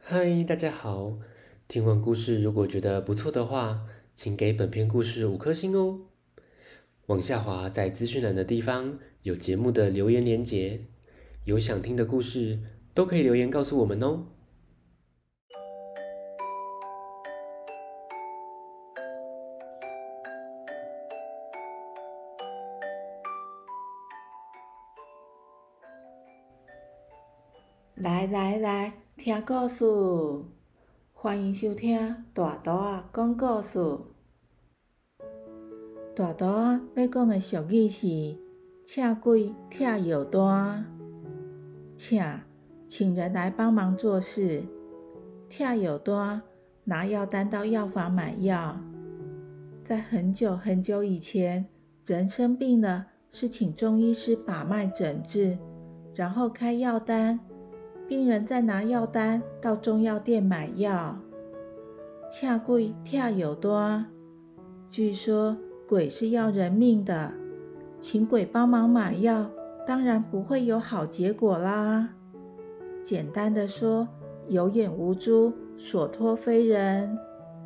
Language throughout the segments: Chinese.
嗨，大家好！听完故事，如果觉得不错的话，请给本篇故事5颗星哦。往下滑，在资讯栏的地方有节目的留言连结，有想听的故事都可以留言告诉我们哦。 来，听故事，欢迎收听大图仔讲故事。大图仔要讲的俗语是请鬼拆药单，请人来帮忙做事。拆药单，拿药单到药房买药。在很久以前，人生病了是请中医师把脉诊治，然后开药单，病人再拿药单到中药店买药。请鬼拆药单，据说鬼是要人命的，请鬼帮忙买药，当然不会有好结果啦。简单的说，有眼无珠，所托非人。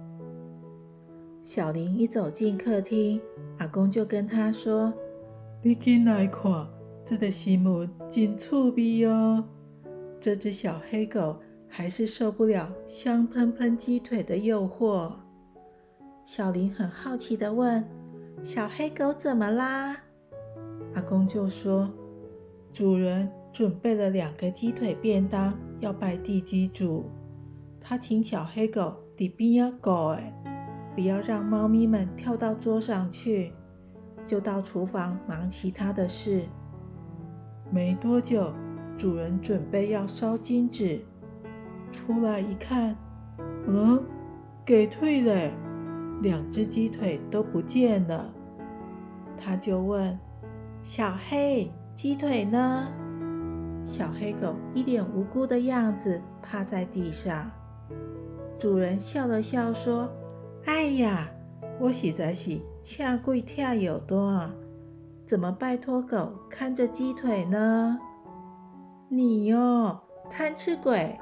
小林一走进客厅，阿公就跟他说：你进来看，这个新闻真趣味哦。这只小黑狗还是受不了香喷喷鸡腿的诱惑。小林很好奇地问：小黑狗怎么啦？阿公就说：主人准备了2个鸡腿便当，要拜地基主。他请小黑狗在边仔顾的，不要让猫咪们跳到桌上去，就到厨房忙其他的事。没多久，主人准备要烧金纸，出来一看，给退了，2只鸡腿都不见了。他就问：小黑，鸡腿呢？小黑狗一脸无辜的样子，趴在地上。主人笑了笑说：哎呀，我实在是请鬼拆药单，怎么拜托狗看着鸡腿呢？你贪吃鬼！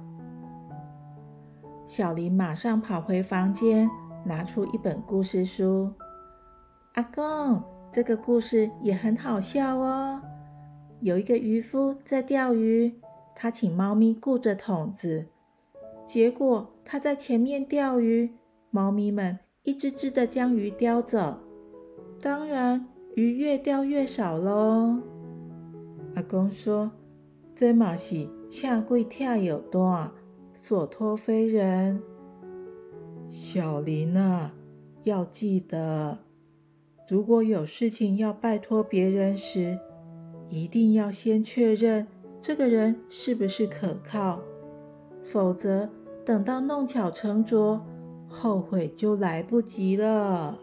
小林马上跑回房间，拿出一本故事书。阿公，这个故事也很好笑哦。有一个渔夫在钓鱼，他请猫咪顾着桶子，结果他在前面钓鱼，猫咪们一只只的将鱼叼走，当然鱼越钓越少咯。阿公说：这嘛是请鬼拆药单，所托非人。小林啊，要记得，如果有事情要拜托别人时，一定要先确认这个人是不是可靠，否则等到弄巧成拙，后悔就来不及了。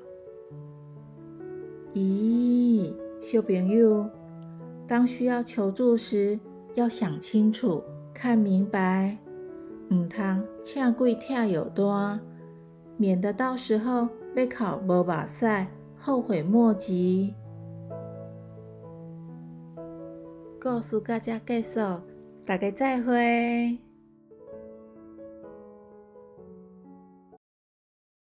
咦，小朋友，当需要求助时，要想清楚，看明白，唔通请鬼拆药单，免得到时候要靠无目屎，后悔莫及。故事到这结束，大家再会。